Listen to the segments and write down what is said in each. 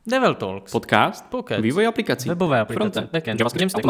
Devel Talks. Podcast. Vývoj aplikací. Webové aplikace. Backend.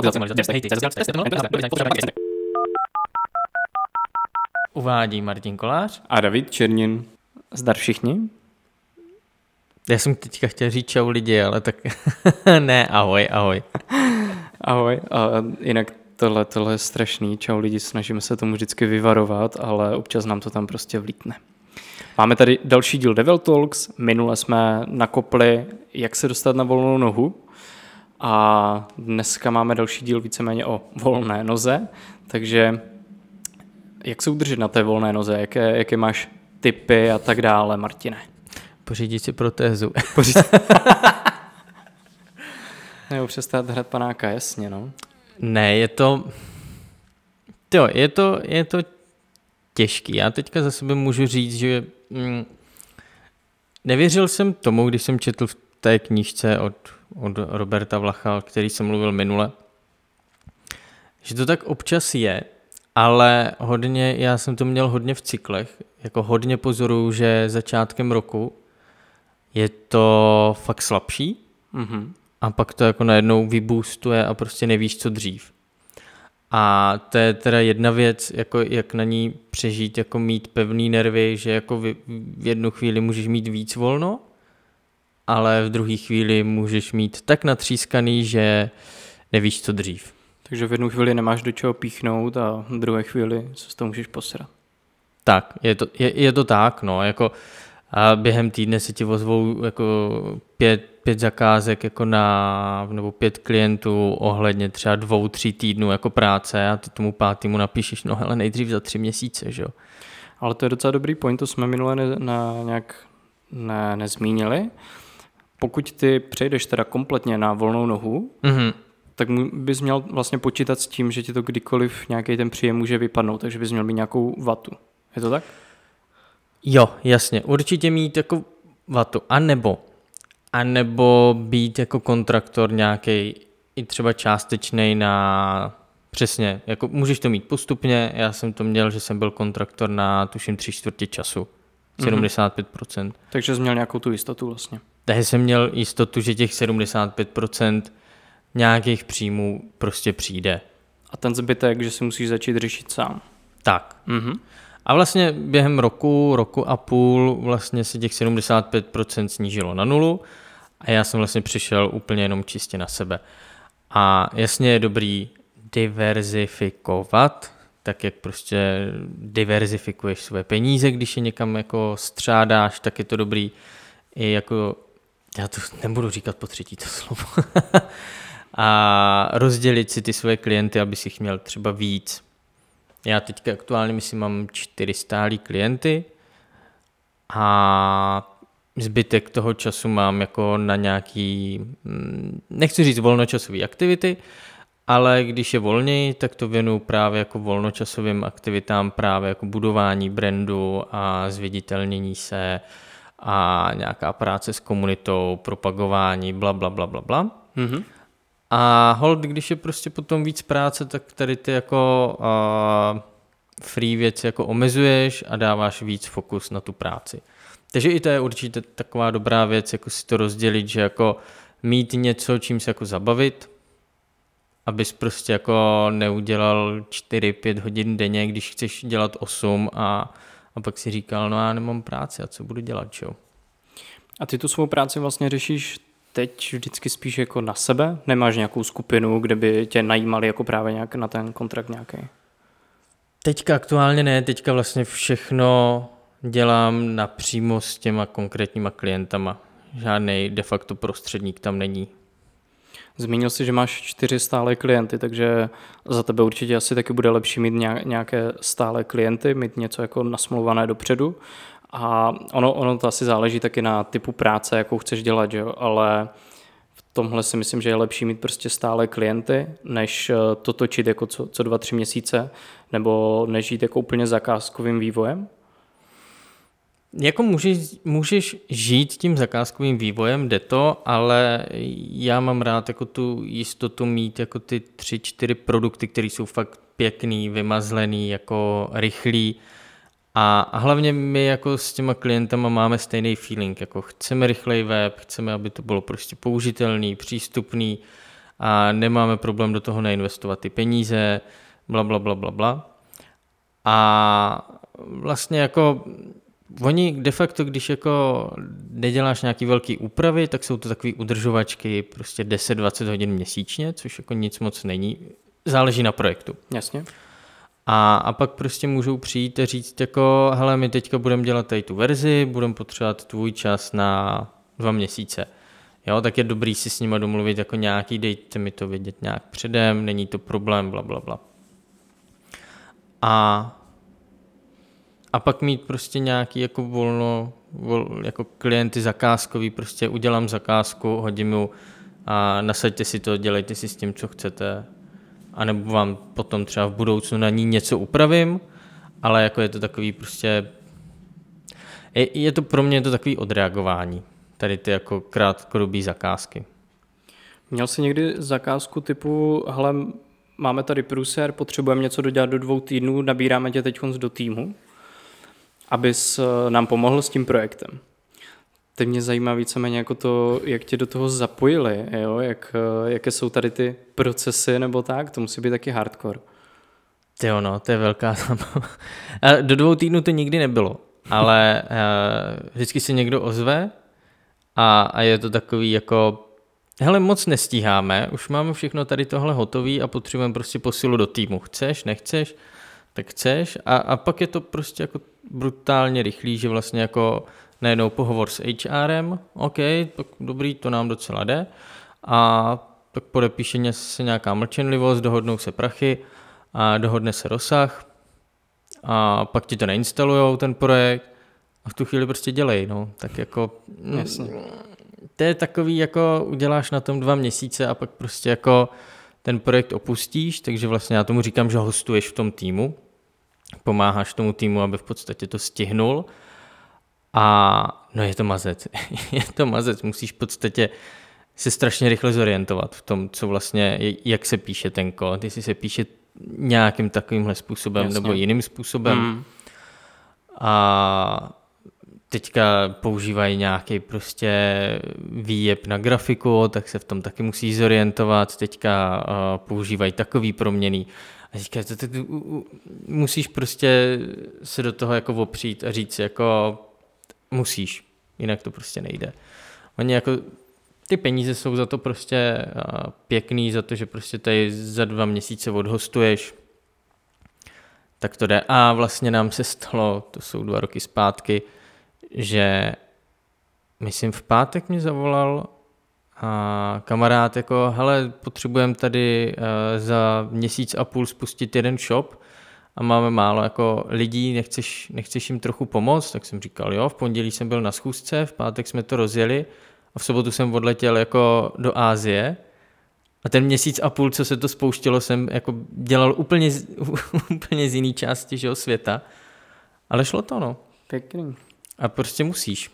Uvádí Martin Kolář. A David Černin. Zdar všichni. Já jsem teďka chtěl říct čau lidi, ale tak ne, ahoj. Ahoj. A jinak tohle je strašný. Čau lidi, snažíme se tomu vždycky vyvarovat, ale občas nám to tam prostě vlítne. Máme tady další díl Devel Talks. Minule jsme nakopli, jak se dostat na volnou nohu. A dneska máme další díl víceméně o volné noze. Takže jak se udržet na té volné noze? Jaké máš tipy a tak dále, Martine? Pořídit si protézu. Nebo přestat hrát panáka, jasně, no. Ne, je to těžký. Já teďka za sebe můžu říct, že nevěřil jsem tomu, když jsem četl v té knížce od Roberta Vlacha, který jsem mluvil minule, že to tak občas je, ale já jsem to měl hodně v cyklech, jako hodně pozoruju, že začátkem roku je to fakt slabší a pak to jako najednou vyboostuje a prostě nevíš, co dřív. A to je teda jedna věc, jako jak na ní přežít, jako mít pevný nervy, že jako v jednu chvíli můžeš mít víc volno, ale v druhé chvíli můžeš mít tak natřískaný, že nevíš, co dřív. Takže v jednu chvíli nemáš do čeho píchnout a v druhé chvíli se s toho můžeš posrat. Tak, je to tak, no, jako a během týdne se ti ozvou jako pět zakázek jako nebo 5 klientů ohledně třeba 2-3 týdnů jako práce a ty tomu 5. napíšeš, no hele, nejdřív za 3 měsíce, že jo. Ale to je docela dobrý point, to jsme minule nějak nezmínili. Pokud ty přejdeš teda kompletně na volnou nohu, tak bys měl vlastně počítat s tím, že ti to kdykoliv nějaký ten příjem může vypadnout, takže bys měl mít nějakou vatu. Je to tak? Jo, jasně, určitě mít jako vatu, anebo být jako kontraktor nějaký i třeba částečnej přesně, jako můžeš to mít postupně, já jsem to měl, že jsem byl kontraktor na tuším 3/4 času, 75%. Takže jsi měl nějakou tu jistotu vlastně. Takže jsem měl jistotu, že těch 75% nějakých příjmů prostě přijde. A ten zbytek, že si musíš začít řešit sám. Tak. A vlastně během roku a půl vlastně se těch 75% snížilo na 0 a já jsem vlastně přišel úplně jenom čistě na sebe. A jasně je dobrý diverzifikovat, tak jak prostě diverzifikuješ své peníze, když je někam jako střádáš, tak je to dobrý i jako, já to nebudu říkat po třetí to slovo, a rozdělit si ty své klienty, aby si jich měl třeba víc. Já teďka aktuálně myslím mám 4 stálí klienty a zbytek toho času mám jako na nějaký, nechci říct volnočasové aktivity, ale když je volněji, tak to věnuju právě jako volnočasovým aktivitám, právě jako budování brandu a zviditelnění se a nějaká práce s komunitou, propagování, blablabla. A hold, když je prostě potom víc práce, tak tady ty jako free věci jako omezuješ a dáváš víc fokus na tu práci. Takže i to je určitě taková dobrá věc, jako si to rozdělit, že jako mít něco, čím se jako zabavit, abys prostě jako neudělal 4-5 hodin denně, když chceš dělat 8 a pak si říkal, no já nemám práci a co budu dělat, čo? A ty tu svou práci vlastně řešíš teď vždycky spíš jako na sebe? Nemáš nějakou skupinu, kde by tě najímali jako právě nějak na ten kontrakt nějaký? Teďka aktuálně ne, teďka vlastně všechno dělám napřímo s těma konkrétníma klientama. Žádnej de facto prostředník tam není. Zmínil jsi, že máš 4 stálé klienty, takže za tebe určitě asi taky bude lepší mít nějaké stálé klienty, mít něco jako nasmluvané dopředu. A ono to asi záleží taky na typu práce, jakou chceš dělat, jo? Ale v tomhle si myslím, že je lepší mít prostě stále klienty, než to točit jako co 2-3 měsíce, nebo než jít jako úplně zakázkovým vývojem. Jako můžeš žít tím zakázkovým vývojem, jde to, ale já mám rád jako tu jistotu mít jako ty 3-4 produkty, které jsou fakt pěkný, vymazlený, jako rychlý A hlavně my jako s těma klientama máme stejný feeling, jako chceme rychlej web, chceme, aby to bylo prostě použitelný, přístupný a nemáme problém do toho neinvestovat ty peníze, bla, bla, bla, bla, bla. A vlastně jako oni de facto, když jako neděláš nějaký velký úpravy, tak jsou to takové udržovačky prostě 10-20 hodin měsíčně, což jako nic moc není. Záleží na projektu. Jasně. A pak prostě můžou přijít a říct jako, hele, my teďka budeme dělat tady tu verzi, budeme potřebovat tvůj čas na 2 měsíce. Jo, tak je dobrý si s nima domluvit jako nějaký, dejte mi to vědět nějak předem, není to problém, bla, bla, bla. A pak mít prostě nějaký jako jako klienty zakázkový, prostě udělám zakázku, hodím mu a nasaďte si to, dělejte si s tím, co chcete. A nebo vám potom třeba v budoucnu na ní něco upravím, ale jako je to takový prostě, je to pro mě to takový odreagování, tady ty jako krátkodobý zakázky. Měl jsi někdy zakázku typu, hele, máme tady průser, potřebujeme něco dodělat do 2 týdnů, nabíráme tě teď do týmu, abys nám pomohl s tím projektem. Teď mě zajímá víceméně jako to, jak tě do toho zapojili, jo? Jaké jsou tady ty procesy nebo tak, to musí být taky hardcore. Jo, no, to je velká zábava. Do 2 týdnů to nikdy nebylo, ale vždycky se někdo ozve a je to takový jako, hele, moc nestíháme, už máme všechno tady tohle hotový a potřebujeme prostě posilu do týmu. Chceš, nechceš, tak chceš a pak je to prostě jako brutálně rychlý, že vlastně jako najednou pohovor s HRem, OK, tak dobrý, to nám docela jde a tak podepíše se nějaká mlčenlivost, dohodnou se prachy a dohodne se rozsah a pak ti to nainstalujou ten projekt a v tu chvíli prostě dělej, no, tak jako to je takový, jako uděláš na tom 2 měsíce a pak prostě jako ten projekt opustíš, takže vlastně já tomu říkám, že hostuješ v tom týmu, pomáháš tomu týmu, aby v podstatě to stihnul a no je to mazec, musíš v podstatě se strašně rychle zorientovat v tom, co vlastně, jak se píše ten kód, jestli se píše nějakým takovýmhle způsobem nebo jiným způsobem. A teďka používají nějaký prostě výjeb na grafiku, tak se v tom taky musí zorientovat, teďka používají takový proměnný. A teďka musíš prostě se do toho jako opřít a říct jako musíš, jinak to prostě nejde. Oni jako ty peníze jsou za to prostě pěkný, za to, že prostě tady za 2 měsíce odhostuješ, tak to jde. A vlastně nám se stalo, to jsou 2 roky zpátky, že myslím v pátek mě zavolal kamarád jako, hele, potřebujeme tady za 1,5 měsíce spustit jeden shop a máme málo jako lidí, nechceš jim trochu pomoct? Tak jsem říkal, jo, v pondělí jsem byl na schůzce, v pátek jsme to rozjeli a v sobotu jsem odletěl jako do Asie a ten 1,5 měsíce, co se to spouštělo, jsem jako dělal úplně z jiný části světa, ale šlo to, no. Pěkný. A prostě musíš.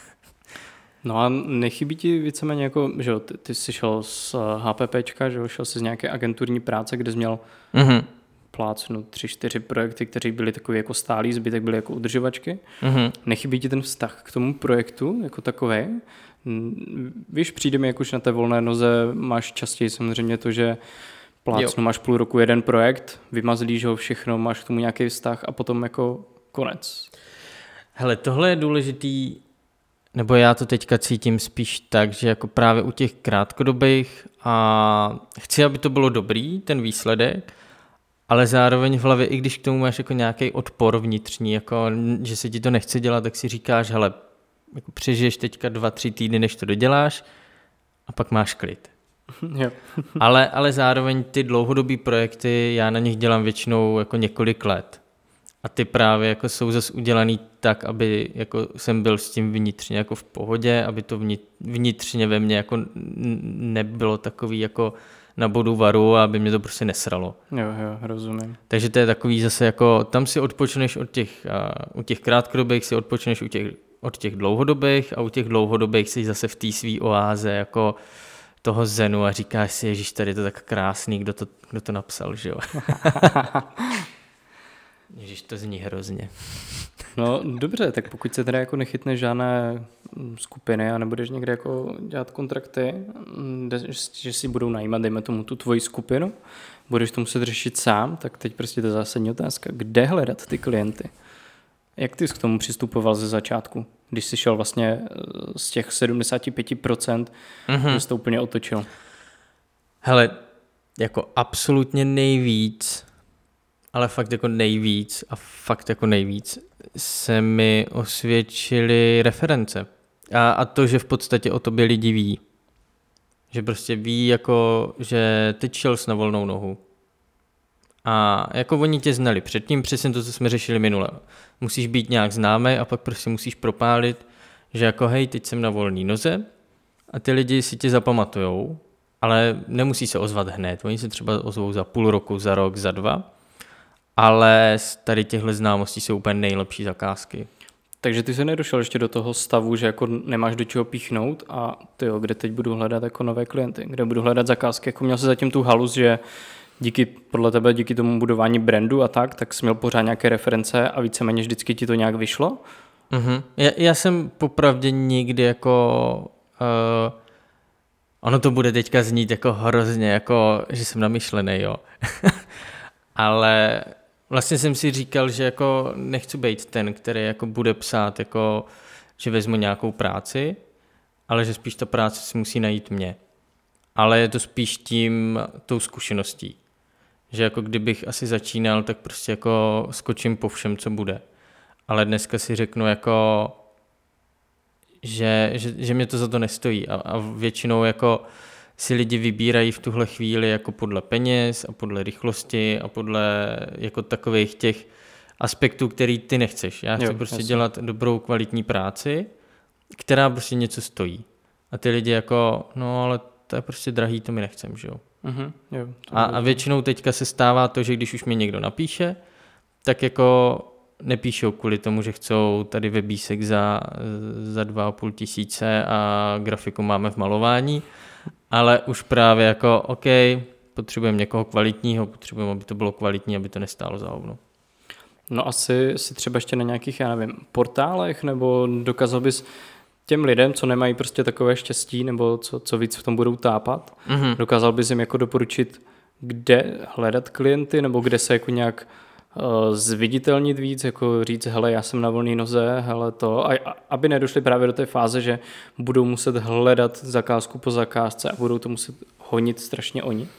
No a nechybí ti víceméně jako, že jo, ty jsi šel z HPPčka, že jo, šel jsi z nějaké agenturní práce, kde jsi měl plácnu 3-4 projekty, které byly takový jako stálý, zbytek byly jako udržovačky. Nechybí ti ten vztah k tomu projektu jako takovej? Víš, přijde mi, jak už na té volné noze máš častěji samozřejmě to, že plácnu máš půl roku jeden projekt, vymazlíš ho všechno, máš k tomu nějaký vztah a potom jako konec. Hele, tohle je důležitý, nebo já to teďka cítím spíš tak, že jako právě u těch krátkodobých a chci, aby to bylo dobrý, ten výsledek, ale zároveň v hlavě, i když k tomu máš jako nějaký odpor vnitřní, jako, že se ti to nechce dělat, tak si říkáš, hele, jako přežiješ teďka 2-3 týdny, než to doděláš a pak máš klid. Jo. ale zároveň ty dlouhodobý projekty, já na nich dělám většinou jako několik let. A ty právě jako jsou zase udělaný tak, aby jako jsem byl s tím vnitřně jako v pohodě, aby to vnitřně ve mně jako nebylo takový jako na bodu varu a aby mě to prostě nesralo. Jo, rozumím. Takže to je takový zase jako, tam si odpočneš u těch krátkodobých si odpočneš od těch dlouhodobých a u těch dlouhodobých si zase v té svý oáze jako toho zenu a říkáš si, ježiš, tady je to tak krásný, kdo to napsal, že jo. Ježiš, to zní hrozně. No dobře, tak pokud se teda jako nechytne žádné skupiny a nebudeš někde jako dělat kontrakty, že si budou najímat, dejme tomu tu tvoji skupinu, budeš to muset řešit sám, tak teď prostě ta zásadní otázka, kde hledat ty klienty? Jak ty jsi k tomu přistupoval ze začátku, když jsi šel vlastně z těch 75%, že jsi to úplně otočil? Hele, jako absolutně nejvíc, ale fakt jako nejvíc a fakt jako nejvíc se mi osvědčily reference. A to, že v podstatě o tobě lidi ví. Že prostě ví, jako, že teď šel na volnou nohu. A jako oni tě znali předtím, přesně to, co jsme řešili minule. Musíš být nějak známý a pak prostě musíš propálit, že jako hej, teď jsem na volné noze a ty lidi si tě zapamatujou, ale nemusí se ozvat hned. Oni se třeba ozvou za půl roku, za rok, za 2. Ale z tady těchto známostí jsou úplně nejlepší zakázky. Takže ty se nedošel ještě do toho stavu, že jako nemáš do čeho píchnout a tyjo, kde teď budu hledat jako nové klienty, kde budu hledat zakázky. Jako měl jsi zatím tu halus, že podle tebe díky tomu budování brandu a tak jsi měl pořád nějaké reference a víceméně vždycky ti to nějak vyšlo? Já jsem popravdě nikdy jako... ono to bude teďka znít jako hrozně, jako, že jsem namyšlený, jo. Ale vlastně jsem si říkal, že jako nechci být ten, který jako bude psát, jako, že vezmu nějakou práci, ale že spíš ta práce si musí najít mě. Ale je to spíš tou zkušeností. Že jako kdybych asi začínal, tak prostě jako skočím po všem, co bude. Ale dneska si řeknu jako, že mě to za to nestojí. A většinou jako si lidi vybírají v tuhle chvíli jako podle peněz a podle rychlosti a podle jako takových těch aspektů, který ty nechceš. Já chci prostě dělat dobrou kvalitní práci, která prostě něco stojí. A ty lidi jako, no ale to je prostě drahý, to mi nechcem, že jo. A většinou teďka se stává to, že když už mi někdo napíše, tak jako nepíšou kvůli tomu, že chcou tady webísek za 2,5 tisíce a grafiku máme v malování, ale už právě jako OK, potřebujeme někoho kvalitního, potřebujeme, aby to bylo kvalitní, aby to nestálo za hovno. No asi si třeba ještě na nějakých, já nevím, portálech, nebo dokázal bys těm lidem, co nemají prostě takové štěstí, nebo co víc v tom budou tápat, dokázal bys jim jako doporučit, kde hledat klienty, nebo kde se jako nějak zviditelnit víc, jako říct, hele, já jsem na volné noze, hele to, a aby nedošli právě do té fáze, že budou muset hledat zakázku po zakázce a budou to muset honit strašně oni?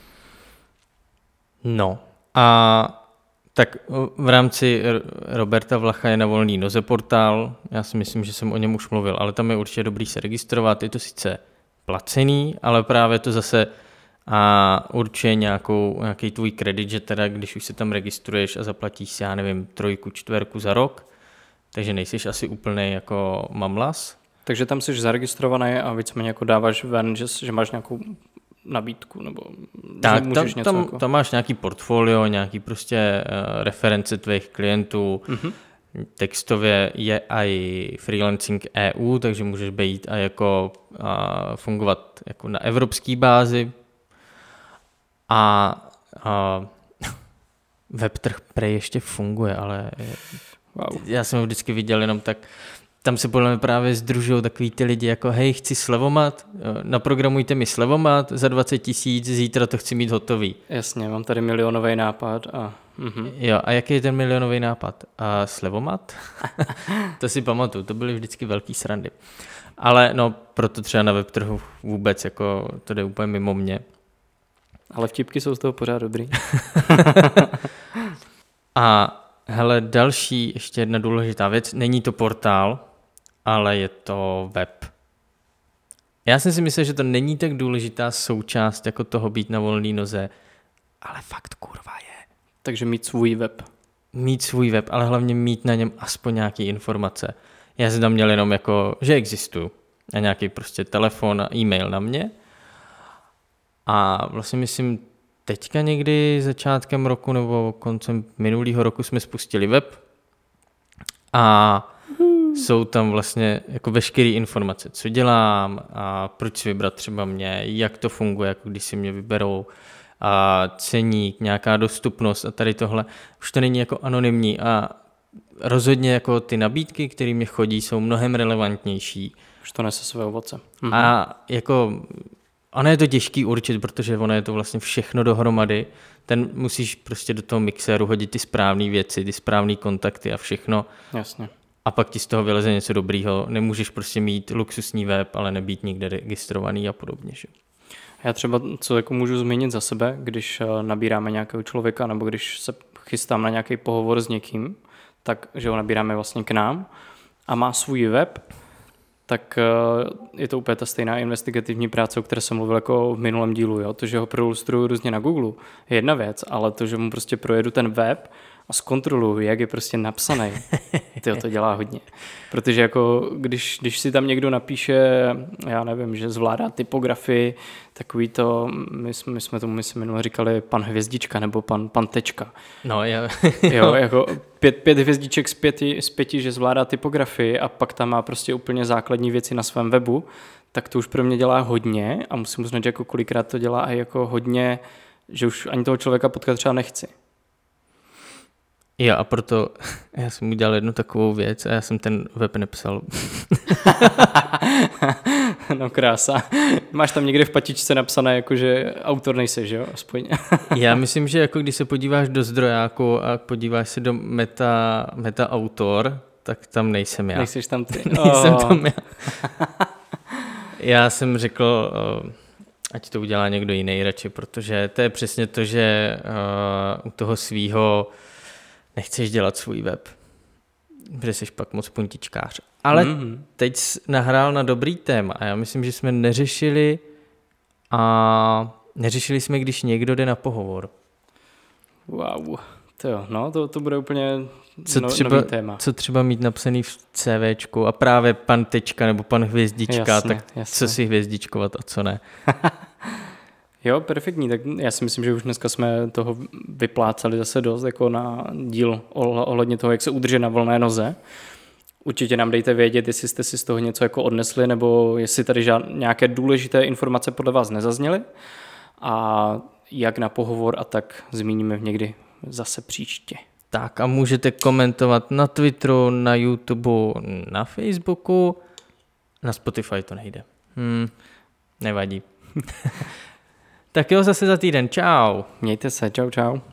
No a tak v rámci Roberta Vlacha je na volný noze portál, já si myslím, že jsem o něm už mluvil, ale tam je určitě dobrý se registrovat, je to sice placený, ale právě to zase určuje nějaký tvůj kredit, že teda když už se tam registruješ a zaplatíš si, já nevím, 3, 4 za rok, takže nejsiš asi úplnej jako mamlas. Takže tam jsi zaregistrovaný a víceméně jako dáváš ven, že máš nějakou nabídku, nebo tak, tam máš nějaký portfolio, nějaký prostě reference tvých klientů, textově je i freelancing EU, takže můžeš být a jako fungovat jako na evropské bázi a webtrh prej ještě funguje, ale já jsem ho vždycky viděl jenom tak. Tam se podle mě právě sdružují takový ty lidi jako hej, chci slevomat, naprogramujte mi slevomat za 20 000, zítra to chci mít hotový. Jasně, mám tady milionový nápad a... Jo, a jaký je ten milionový nápad? Slevomat? To si pamatuju, to byly vždycky velký srandy. Ale no, proto třeba na webtrhu vůbec, jako to jde úplně mimo mě. Ale vtipky jsou z toho pořád dobrý. A hele, další, ještě jedna důležitá věc, není to portál, ale je to web. Já jsem si myslel, že to není tak důležitá součást jako toho být na volné noze, ale fakt kurva je. Takže mít svůj web. Mít svůj web, ale hlavně mít na něm aspoň nějaké informace. Já jsem tam měl jenom jako, že existuju a nějaký prostě telefon a e-mail na mě. A vlastně myslím, teďka někdy začátkem roku nebo koncem minulého roku jsme spustili web a jsou tam vlastně jako veškeré informace, co dělám a proč si vybrat třeba mě, jak to funguje, jako když si mě vyberou, a ceník, nějaká dostupnost a tady tohle. Už to není jako anonymní a rozhodně jako ty nabídky, které mě chodí, jsou mnohem relevantnější. Už to nese své ovoce. A jako, ono je to těžký určit, protože ono je to vlastně všechno dohromady. Ten musíš prostě do toho mixéru hodit ty správné věci, ty správné kontakty a všechno. Jasně. A pak ti z toho vyleze něco dobrýho. Nemůžeš prostě mít luxusní web, ale nebýt nikde registrovaný a podobně. Že? Já třeba, co jako můžu zmínit za sebe, když nabíráme nějakého člověka nebo když se chystám na nějaký pohovor s někým, tak že ho nabíráme vlastně k nám a má svůj web, tak je to úplně ta stejná investigativní práce, o které jsem mluvil jako v minulém dílu. Jo? To, že ho proilustruju různě na Google, je jedna věc, ale to, že mu prostě projedu ten web a zkontroluji, jak je prostě napsaný, to dělá hodně. Protože jako když si tam někdo napíše, já nevím, že zvládá typografii, takový to, my jsme tomu minule říkali pan hvězdička nebo pan tečka. No, jo, jako pět hvězdiček z pěti, že zvládá typografii a pak tam má prostě úplně základní věci na svém webu, tak to už pro mě dělá hodně a musím uznat, že jako kolikrát to dělá i jako hodně, že už ani toho člověka potkat třeba nechci. Jo, a proto já jsem udělal jednu takovou věc a já jsem ten web nepsal. No krása. Máš tam někde v patičce napsané, jako že autor nejseš, jo? Aspoň. Já myslím, že jako když se podíváš do zdrojáku a podíváš se do meta autor, tak tam nejsem já. Nejseš tam ty. Nejsem tam já. Já jsem řekl, ať to udělá někdo jiný radši, protože to je přesně to, že u toho svýho nechceš dělat svůj web, protože jsi pak moc puntičkář. Ale teď jsi nahrál na dobrý téma a já myslím, že jsme neřešili jsme, když někdo jde na pohovor. Wow, to bude úplně nový téma. Co třeba mít napsaný v CVčku a právě pan tečka nebo pan hvězdička, jasně, tak co si hvězdičkovat a co ne. Jo, perfektní, tak já si myslím, že už dneska jsme toho vyplácali zase dost, jako na díl ohledně toho, jak se udržet na volné noze. Určitě nám dejte vědět, jestli jste si z toho něco jako odnesli, nebo jestli tady nějaké důležité informace podle vás nezazněly. A jak na pohovor a tak zmíníme někdy zase příště. Tak a můžete komentovat na Twitteru, na YouTube, na Facebooku. Na Spotify to nejde. Nevadí. Tak jo, zase za týden. Čau. Mějte se. Čau.